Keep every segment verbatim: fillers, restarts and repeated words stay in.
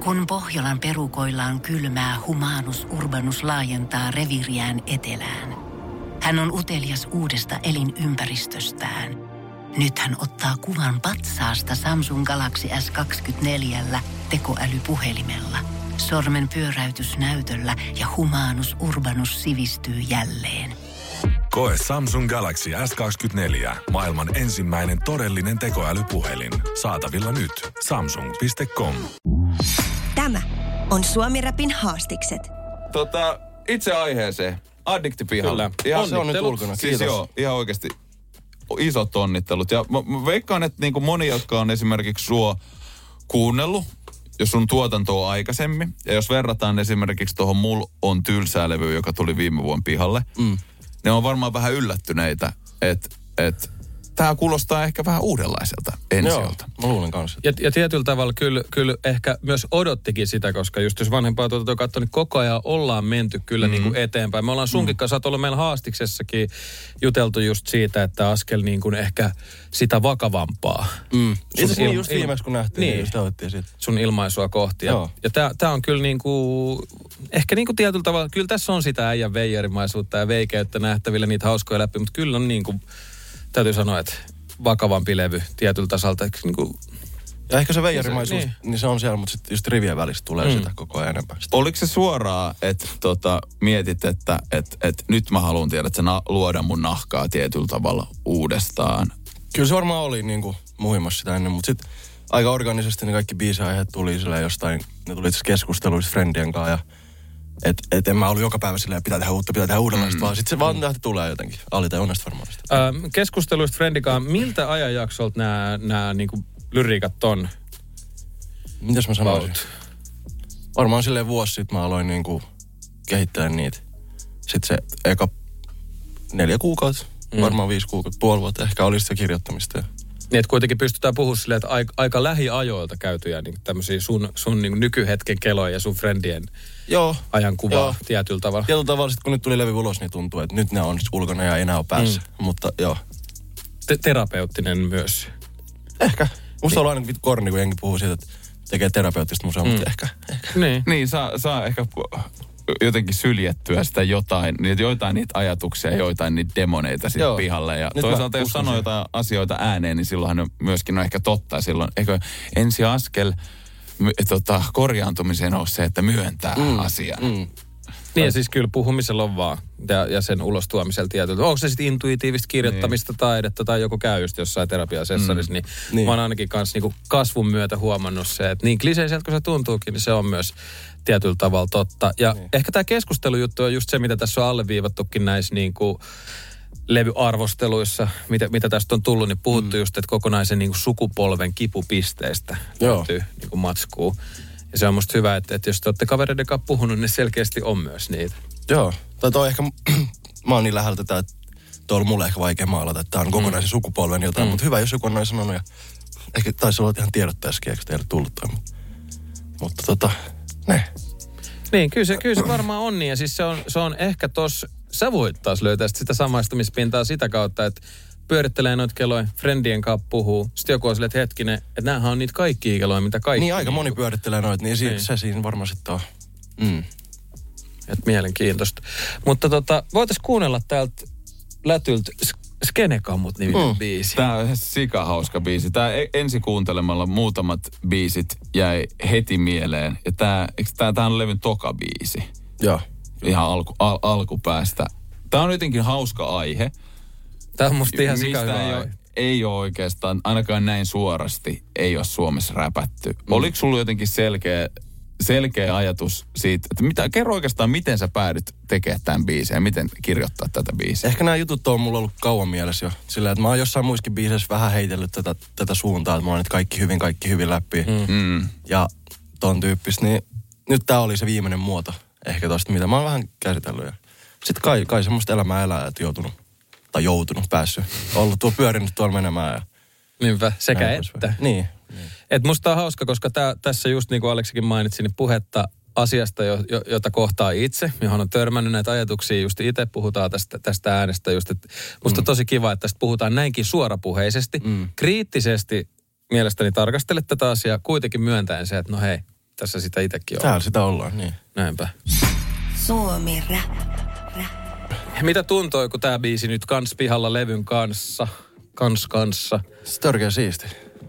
Kun Pohjolan perukoillaan kylmää, Humanus Urbanus laajentaa reviiriään etelään. Hän on utelias uudesta elinympäristöstään. Nyt hän ottaa kuvan patsaasta Samsung Galaxy S kaksikymmentäneljä tekoälypuhelimella. Sormen pyöräytys näytöllä ja Humanus Urbanus sivistyy jälleen. Koe Samsung Galaxy S kaksikymmentäneljä. Maailman ensimmäinen todellinen tekoälypuhelin. Saatavilla nyt. samsung piste com. Tämä on Suomi Rapin haastikset. Tota, itse aiheeseen. Addikti pihalla. Ihan se on nyt ulkona. Siis joo, ihan oikeasti isot onnittelut. Ja mä, mä veikkaan, että niin kuin moni, jotka on esimerkiksi sua kuunnellut, jos sun tuotanto on aikaisemmin, ja jos verrataan esimerkiksi tuohon Mul on tylsää levyyn, joka tuli viime vuonna pihalle, mm. ne on varmaan vähän yllättyneitä, että et, tämä kuulostaa ehkä vähän uudenlaiselta ensiolta. Joo, mä luulen kanssa. Ja, ja tietyllä tavalla kyllä, kyllä ehkä myös odottikin sitä, koska just jos vanhempaa tuotantoa katsoo, niin koko ajan ollaan menty kyllä mm. niin kuin eteenpäin. Me ollaan sunkin kanssa, mm. meillä haastiksessakin juteltu just siitä, että askel niin kuin ehkä sitä vakavampaa. Mm. Itse il, just viimeksi kun nähtiin, niin, niin just otettiin siitä. Sun ilmaisua kohti. Ja, ja tää on kyllä niin kuin, ehkä niin kuin tietyllä tavalla, kyllä tässä on sitä äijän veijarimaisuutta ja veikeyttä nähtävillä niitä hauskoja läpi, mutta kyllä on niin kuin, täytyy sanoa, että vakavampi levy tietyllä tasalta. Niin kuin, ja ehkä se veijarimaisuus, niin. niin se on siellä, mutta sitten just rivien välissä tulee mm. sitä koko ajan enemmän. Sitä. Oliko se suoraa, että tota, mietit, että et, et nyt mä haluan tiedä, että na- luoda mun nahkaa tietyllä tavalla uudestaan? Kyllä se varmaan oli niin kuin muhimassa sitä ennen, mutta sitten aika organisesti ne kaikki biisiaiheet tuli silleen jostain, ne tuli itse keskusteluista friendien kanssa ja että et en mä ollut joka päivä silleen, pitää tehdä uutta, pitää tehdä uudenlaista, mm. vaan sitten se vaan lähti tulee jotenkin. Alitajonnesta varmaan sitä. Öö, keskusteluista friendikaan, miltä ajanjaksolta nämä, nämä niinku lyriikat on? Mitäs mä sanoisin? Vaut. Varmaan silleen vuosi sitten mä aloin niinku kehittää niitä. Sitten se eka neljä kuukautta, mm. varmaan viisi kuukautta, puoli vuotta ehkä oli sitä kirjoittamista. Niin, että kuitenkin pystytään puhumaan silleen, että aika, aika lähiajoilta käytyjä niin tämmöisiä sun, sun niin nykyhetken keloja ja sun friendien joo, ajankuvaa joo. tietyllä tavalla. Tietyllä tavalla sitten kun nyt tuli levy ulos, niin tuntuu, että nyt ne on ulkona ja ei enää ole päässä. Mm. Mutta joo. Te- terapeuttinen myös. Ehkä. Musta niin. on aina korni, kun jengi puhuu siitä, että tekee terapeuttista musaa, mm. mutta ehkä. ehkä. Niin, niin saa, saa ehkä jotenkin syljettyä sitä jotain, joitain niitä ajatuksia, joitain niitä demoneita sitten joo. pihalle. Ja nyt toisaalta jos sanoo jotain asioita ääneen, niin silloinhan ne myöskin on ehkä totta. Silloin eikö ensi askel my, tota, korjaantumiseen ole se, että myöntää mm. asian. Mm. Niin ja siis kyllä puhumisella on vaan ja, ja sen ulostuomisella tietyllä. Onko se sitten intuitiivista kirjoittamista, niin. taidetta tai joku käy just jossain terapiasessarissa, mm. niin, niin mä oon ainakin kanssa niinku kasvun myötä huomannut se, että niin kliseiseltä kuin se tuntuukin, niin se on myös tietyllä tavalla totta. Ja niin. ehkä tämä keskustelujuttu on just se, mitä tässä on alleviivattukin näissä niinku levyarvosteluissa, mitä, mitä tästä on tullut, niin puhuttu mm. just, että kokonaisen niinku sukupolven kipupisteistä löytyy niinku matskuu. Ja se on musta hyvä, että, että jos te olette kavereiden kanssa puhunut, niin selkeästi on myös niitä. Joo. Tai toi ehkä, mä oon niin läheltä tätä, että toi on mulle ehkä vaikea maalata, että tää on kokonaisen mm. sukupolven jotain. Mm. Mutta hyvä, jos joku on noin sanonut. Ja ehkä taisi olla ihan tiedottajaskin, eikö teille tullut toi. Mutta tota, ne. Niin, kyllä se, kyllä se varmaan on niin. Ja siis se on, se on ehkä tossa, sä voit taas löytää sitä samaistumispintaa sitä kautta, että pyörittelee noita keloja, friendien kanssa puhuu. Sitten joku on silleen, että hetkinen, että näähän on niitä kaikkia keloja, mitä kaikki. Niin, aika moni pyörittelee noita, niin, niin. se siinä varmaan sitten on. Mm. Että mielenkiintoista. Mutta tota, voitaisiin kuunnella täältä lätyltä Skenekammut niminen mm. biisi. Tämä on sika hauska biisi. Tämä ensi kuuntelemalla muutamat biisit jäi heti mieleen. Ja tämä, tämä, tämä on levyn toka biisi. Joo. Ihan alku, al, alkupäästä. Tämä on jotenkin hauska aihe. Tämä on musta ihan sika hyvä ei, ole, ei ole oikeastaan, ainakaan näin suorasti, ei ole Suomessa räpätty. Mm. Oliko sulla jotenkin selkeä, selkeä ajatus siitä, että mitä, kerro oikeastaan, miten sä päädyt tekemään tämän biisin ja miten kirjoittaa tätä biisiä? Ehkä nämä jutut on mulla ollut kauan mielessä jo. Sillä, että mä oon jossain muissakin biiseissä vähän heitellyt tätä, tätä suuntaa, että mä oon nyt kaikki hyvin, kaikki hyvin läpi. Mm. Ja ton tyyppistä, niin nyt tää oli se viimeinen muoto ehkä tosta, mitä mä oon vähän käsitellyt. Sitten kai, kai semmoista elämää elää, että joutunut. Tai joutunut, päässyt. Ollut tuo pyörinyt tuolla menemään. Ja niinpä, sekä että. Niin. niin. Et musta on hauska, koska tää, tässä just niin kuin Aleksikin mainitsi, niin puhetta asiasta, jo, jo, jota kohtaa itse, johon on törmännyt näitä ajatuksia. Just itse puhutaan tästä, tästä äänestä. Just, että musta mm. on tosi kiva, että tästä puhutaan näinkin suorapuheisesti. Mm. Kriittisesti mielestäni tarkastele tätä asiaa, kuitenkin myöntäen se, että no hei, tässä sitä itsekin on. Täällä sitä ollaan, niin. Näinpä. Suomi Rap. Mitä tuntoi, kun tää biisi nyt kans pihalla levyn kanssa? Kans kanssa. Se törkeä siisti.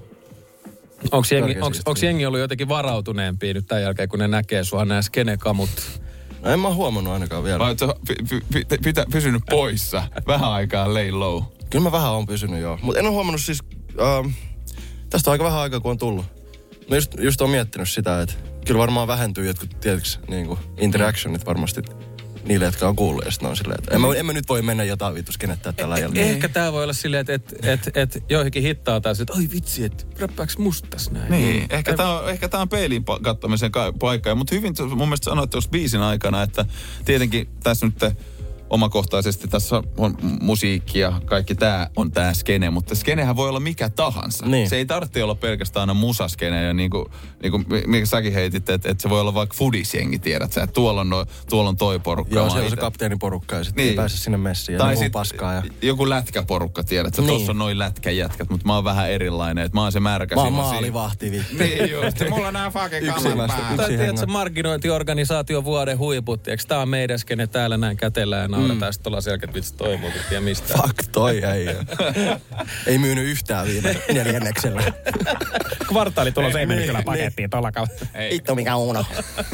Onko jengi, onks, onks jengi ollut jotenkin varautuneempia nyt tämän jälkeen, kun ne näkee sua nämä skenekamut? No en mä oon huomannut ainakaan vielä. Vai oot sä py, py, py, pysynyt poissa? Vähän aikaa lay low. Kyllä mä vähän oon pysynyt, joo. Mutta en ole huomannut siis... Ähm, tästä on aika vähän aikaa, kun on tullut. Mä just, just oon miettinyt sitä, että kyllä varmaan vähentyy jotkut tietysti niinku interactionit varmasti niille, jotka on kuullut. Ja sitten on silleen, että en mä, en mä nyt voi mennä jotain vittu skenettää tällä jälkeen. Ehkä tää voi olla silleen, että et, et, et joihinkin hittaa taas, että oi vitsi, että räppääks musta tässä näin. Niin, mm. ehkä tää on, ehkä tää on peiliin kattamisen paikka. Mutta hyvin mun mielestä sanoit tuossa biisin aikana, että tietenkin tässä nyt omakohtaisesti tässä on musiikki ja kaikki tää on tää skene, mutta skenehän voi olla mikä tahansa. Niin. Se ei tarvitse olla pelkästään aina musaskene ja niin kuin, niin kuin mikä säkin heitit, että, että se voi olla vaikka foodisjengi, tiedät sä, että tuolla on, no, tuolla on toi porukka. Joo, siellä on se kapteeniporukka ja sitten niin. ei pääse sinne messiin ja tai sit paskaa. Ja... joku lätkäporukka, tiedät sä, niin. Tossa on noin lätkäjätkät, mutta mä oon vähän erilainen, että mä oon se märkä. Mä oon maalivahti vittu. Niin just, mulla on nää fucking kamat päällä. Tai tiedätkö, markkinointiorganisaation vuoden huiput, eikö tää on meidän skene täällä näin kätellään ja naurataan, sitten ollaan selkeät vitsi toivoo, kun tiedä mistään. Fuck toi ei. Ei myynyt yhtään viime neljänneksellä. Kvartaali tulos ei mennyt kyllä pakettiin tuolla kautta. Itto mikä uno.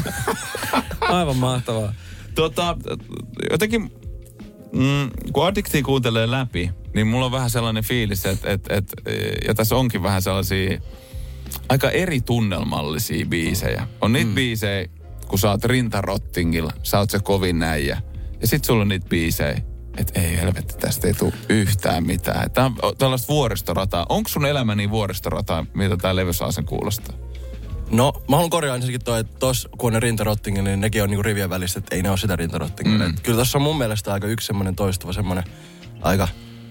Aivan mahtavaa. Tota, jotenkin, mm, kun Addictia kuuntelee läpi, niin mulla on vähän sellainen fiilis, että, että, että ja tässä onkin vähän sellaisia aika eri tunnelmallisia biisejä. On niitä mm. biisejä, kun sä oot rintarottingilla, sä oot se kovin näijä. Ja sit sulla on niitä biisejä, että ei helvetti, tästä ei tule yhtään mitään. Tää on tällaista vuoristorataa. Onko sun elämä niin vuoristorataa, mitä tää levy saa sen kuulostaa? No, mä haluan korjaa ensinnäkin toi, että tossa kun on ne rintarottingilla, niin nekin on niinku rivien välissä, että ei ne ole sitä rintarottingilla. Mm. Kyllä tossa on mun mielestä aika yksi semmonen toistuva semmonen aika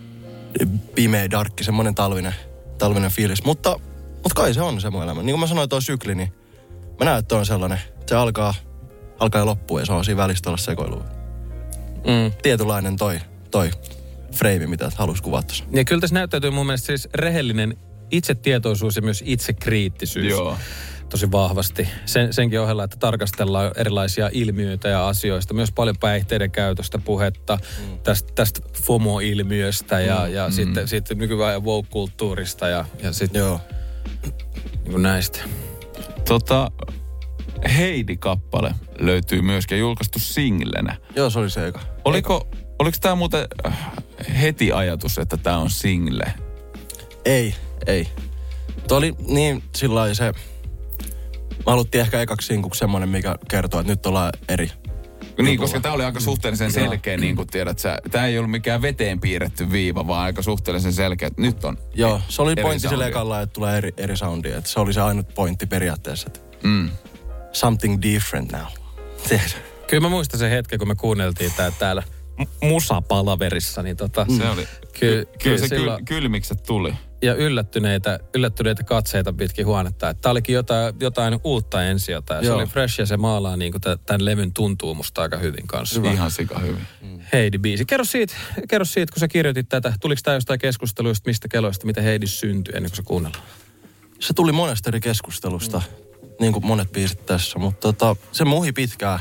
pimeä, darkki, semmonen talvinen, talvinen fiilis. Mutta, mutta kai se on se mun elämä. Niin kuin mä sanoin toi sykli, niin mä näen, että on sellainen, se alkaa, alkaa ja loppuu ja se on siinä välissä olla sekoilua. Mm. Tietynlainen toi, toi freimi, mitä halusi kuvata tuossa. Ja kyllä tässä näyttäytyy mun mielestä siis rehellinen itsetietoisuus ja myös itsekriittisyys. Joo. Tosi vahvasti. Sen, senkin ohella, että tarkastellaan erilaisia ilmiöitä ja asioista. Myös paljon päihteiden käytöstä, puhetta, mm. tästä, tästä FOMO-ilmiöstä ja, mm. ja mm. sitten, sitten nykyään woke-kulttuurista ja, ja sitten Joo. Niin kuin näistä. Tota, Heidi-kappale löytyy myöskin julkaistu singlenä. Joo, se oli se eka. Oliko, oliko tämä muuten heti ajatus, että tämä on single? Ei, ei. Tuo oli niin sillä se... Mä haluttiin ehkä ekaksi sinkuksi semmoinen, mikä kertoo, että nyt ollaan eri. Niin, koska tämä oli aika suhteellisen selkeä, niin kuin tiedät sä. Tämä ei ollut mikään veteen piirretty viiva, vaan aika suhteellisen selkeä, että nyt on Joo, se oli pointti sille ekalla, että tulee eri, eri soundia. Että se oli se ainut pointti periaatteessa, että mm. something different now. Kyllä mä muistan sen hetken, kun me kuunneltiin tää täällä musapalaverissa, niin tota... Se oli... Ky- ky- kyllä se silloin... kylmikset tuli. Ja yllättyneitä, yllättyneitä katseita pitkin huonetta. Tämä olikin jotain, jotain uutta ensiota. Ja se oli fresh ja se maalaa niin kuin tämän levyn tuntuu musta aika hyvin kanssa. Hyvä. Ihan sika hyvin. Mm. Heidi-biisi. Kerro siitä, kerro siitä, kun sä kirjoitit tätä. Tuliko tämä jostain keskusteluista, mistä keloista, mitä Heidi syntyi ennen kuin sä kuunnellaan? Se tuli monesta eri keskustelusta, mm. niin kuin monet biisit tässä. Mutta tota, se muhi pitkään.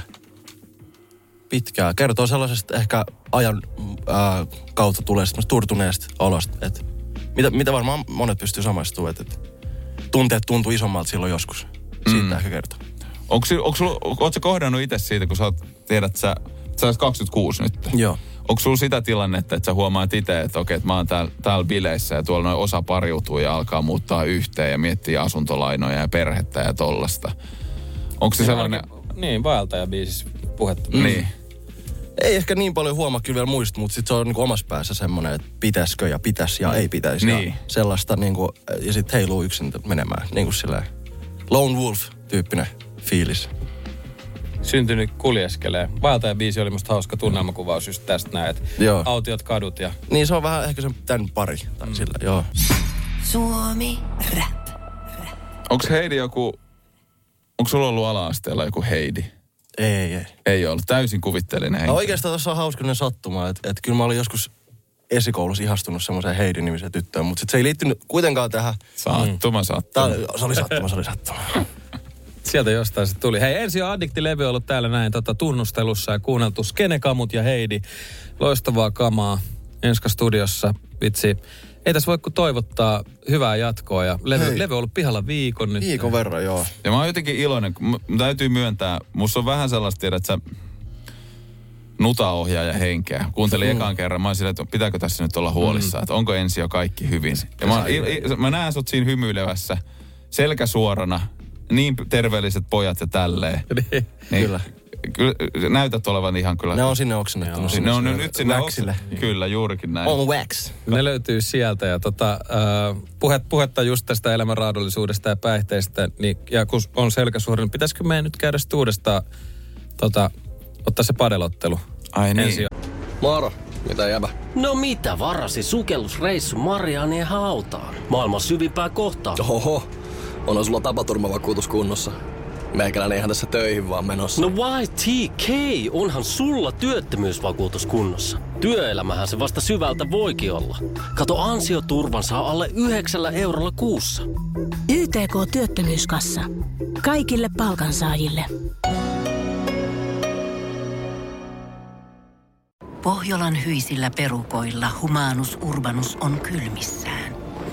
Pitkään. Kertoo sellaisesta ehkä ajan ää, kautta tulee semmoista turtuneesta olosta, että Mitä, mitä varmaan monet pystyy samaistumaan, että, että tunteet tuntuu isommalta silloin joskus. Siitä mm. ehkä kertoo. Onko, onko, ootko sä kohdannut itse siitä, kun sä oot, tiedät, sä, sä oot kaksikymmentäkuusi nyt? Joo. Onko sulla sitä tilannetta, että sä huomaat itse, että okei, että mä oon täällä, täällä bileissä ja tuolla noin osa pariutuu ja alkaa muuttaa yhteen ja miettii asuntolainoja ja perhettä ja tollasta. Onko se niin sellainen... Ainakin, niin, vaeltajabiisissä puhetta. Mm. Niin. Ei ehkä niin paljon huomaa kyllä vielä muista, mutta sit se on niinku omassa päässä semmoinen, että pitäisikö ja pitäisi ja ei pitäisi. Niin. Ja sellaista niinku, ja sit heiluu yksin menemään. Niinku silleen lone wolf-tyyppinen fiilis. Syntynyt kuljeskelee. Vaeltajabiisi oli musta hauska tunnelmakuvaus just tästä näin, että autiot, kadut ja... Niin se on vähän ehkä sen tämän pari. Tai mm. sillä, joo. Suomi Rap. Onko Heidi joku... Onko sulla ollut ala-asteella joku Heidi? Ei, ei. Ei ollut. Täysin kuvitteellinen henkilö. No oikeastaan tuossa on hauskallinen sattuma, että, että kyllä mä olin joskus esikoulussa ihastunut semmoiseen Heidi-nimiseen tyttöön, mutta sit se ei liittynyt kuitenkaan tähän... Sattuma, mm. sattuma. Tää, se oli sattuma, se oli sattuma. Sieltä jostain se tuli. Hei, ensin on Addikti-levy ollut täällä näin tota, tunnustelussa ja kuunneltu Skenekamut ja Heidi. Loistavaa kamaa Enska studiossa. Vitsi, ei tässä voi kuin toivottaa hyvää jatkoa ja levy, levy on ollut pihalla viikon nyt. Viikon verran, joo. Ja mä oon jotenkin iloinen, kun mä täytyy myöntää, musta on vähän sellaista, tiedät sä, nutaohjaaja henkeä. Kuuntelin mm. ekaan kerran, mä oon silleen, että pitääkö tässä nyt olla huolissaan, mm. että onko ensi jo kaikki hyvin. Ja mä, il, il, mä näen sut siinä hymyilevässä, selkä suorana, niin terveelliset pojat ja tälleen. niin. Niin, kyllä. Kyllä näytät olevan ihan kyllä. Ne on sinne oksennettunut. Ne on nyt sinne Waxille. Oks... Kyllä, juurikin näin. On wax. Ne löytyy sieltä ja tota, äh, puhet, puhetta just tästä elämän raadollisuudesta ja päihteistä. Niin, ja kun on selkäsuhri, niin pitäisikö meidän nyt käydä sitten uudestaan tota, ottaa se padelottelu? Ai niin. Ensi. Moro, mitä jäbä? No mitä varasi sukellusreissu Marianien hautaan? Maailman syvimpää kohtaa. Oho, on sulla tapaturmavakuutus kunnossa. Meikäläinen ihan tässä töihin vaan menossa. No why T K? Onhan sulla työttömyysvakuutus kunnossa. Työelämähän se vasta syvältä voikin olla. Kato, ansioturvan saa alle yhdeksällä eurolla kuussa. Y T K-työttömyyskassa. Kaikille palkansaajille. Pohjolan hyisillä perukoilla Humanus Urbanus on kylmissään.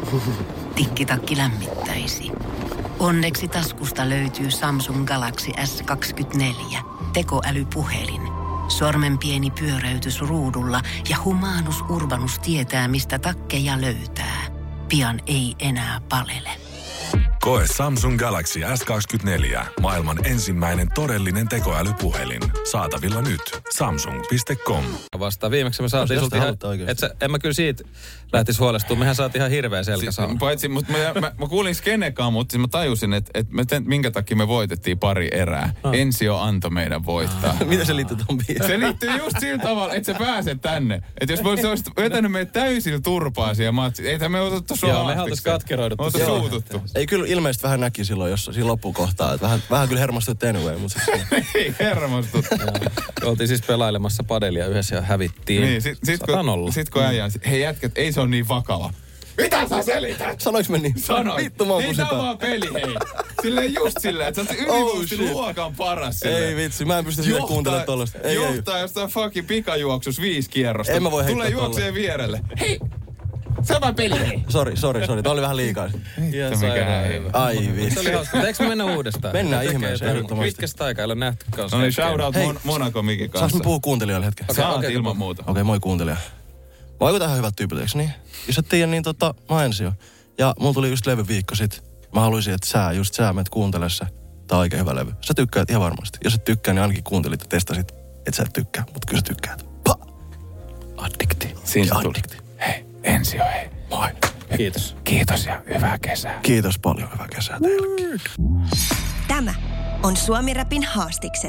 Tikkitakki lämmittäisi. Onneksi taskusta löytyy Samsung Galaxy S kaksikymmentäneljä, tekoälypuhelin. Sormen pieni pyöräytys ruudulla ja Humanus Urbanus tietää, mistä takkeja löytää. Pian ei enää palele. Koe Samsung Galaxy S kaksikymmentäneljä, maailman ensimmäinen todellinen tekoälypuhelin. Saatavilla nyt. Samsung piste com. Vasta viimeksi me saatiin sulta ihan, et sä, en mä kyllä siitä lähtisi huolestumaan. Mehän saatiin ihan hirveä selkäsauna. Siis, paitsi, mutta mä, mä, mä kuulin Skenekaan, mutta siis mä tajusin, että, että me, minkä takia me voitettiin pari erää. Ah. Ensio antoi meidän voittaa. Mitä se liittyy tuon biisiin? Se liittyy just sillä tavalla, että sä pääset tänne. Että jos me olisit vetänyt meitä täysillä turpaa siellä matsia, eihän me otettu sua Joo, me oltais katkeroiduttu. Me oltais suututtu. Ei kyllä ilmeisesti vähän näki silloin, jos siinä loppukohtaa. Että vähän, vähän kyllä hermostut anyway, mutta siis... Ei hermostut. Oltiin siis pelailemassa padelia yhdessä ja hävittiin. Niin, sit, sit, kun, sit kun äijä on, hei jätkät, ei se ole niin vakava. Mitä sä selität? Sanoinko me niin? Sanoin. Vittu mä oon niin tää vaan peli, hei. Silleen just silleen, että sä oot ylivuusti oh, luokan paras silleen. Ei vitsi, mä en pysty silleen kuuntelemaan tollaista. Ei, johtaa ei. Jostain fucking pikajuoksus viisi kierrosta. En mä voi heittää tulee juokseen vierelle. Hei! Sama peli, hei! Sori, sori, sori. Tää oli vähän liikaa. Ihan sairaan. Ai vitsi. Se oli hauska. Eikö me mennä uudestaan? Mennään ihmeessä. Pitkästä aikaa ei ole nähty kanssa. No niin, shout out Mon- Monaco Mikin kanssa. Saanko me puhua kuuntelijoille hetken? Okay, Saat okay, ilman muuta. Okei, okay, moi kuuntelija. Vaikutaan ihan hyvät tyypit, eikö niin? Jos et tiedä, niin tota, mä ensi jo. Ja mulla tuli just levy viikko sit. Mä haluaisin, että sä, just sä, menet kuuntele se. Tää on oikein hyvä levy. Sä tykkäät ihan varmasti. Jos et tykkää, niin ainakin kuuntelit ja testasit, että sä et tykkää. Mutta kyllä sä tykkäät. Pa! Addikti. Siinä se tuli. Hei, Ensio, hei. Moi. Kiitos. Kiitos ja hyvää kesää. Kiitos paljon, hyvää kesää teillekin. Tämä on Suomi Rapin haastikset.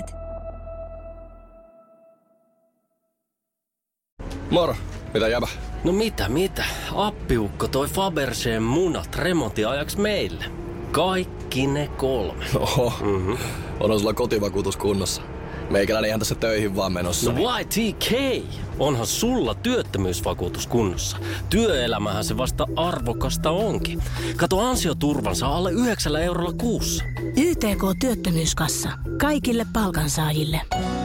Moro, mitä jäbä? No mitä, mitä? Appiukko toi Faberseen munat remontiajaksi meille. Kaikki ne kolme. Oho, mm-hmm. On sulla kotivakuutus kunnossa. Meikäläinen ihan tässä töihin vaan menossa. No why T K? Onhan sulla työttömyysvakuutus kunnossa. Työelämähän se vasta arvokasta onkin. Kato, ansioturvansa alle yhdeksällä eurolla kuussa. Y T K-työttömyyskassa. Kaikille palkansaajille.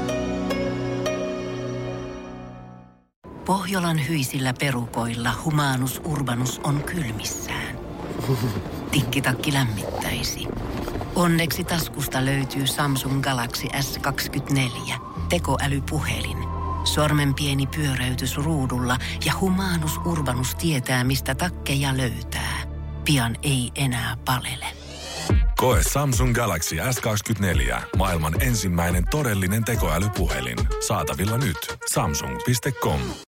Pohjolan hyisillä perukoilla Humanus Urbanus on kylmissään. Tikkitakki lämmittäisi. Onneksi taskusta löytyy Samsung Galaxy S kaksikymmentäneljä, tekoälypuhelin. Sormen pieni pyöräytys ruudulla ja Humanus Urbanus tietää, mistä takkeja löytää. Pian ei enää palele. Koe Samsung Galaxy S kaksikymmentäneljä, maailman ensimmäinen todellinen tekoälypuhelin. Saatavilla nyt. Samsung piste com.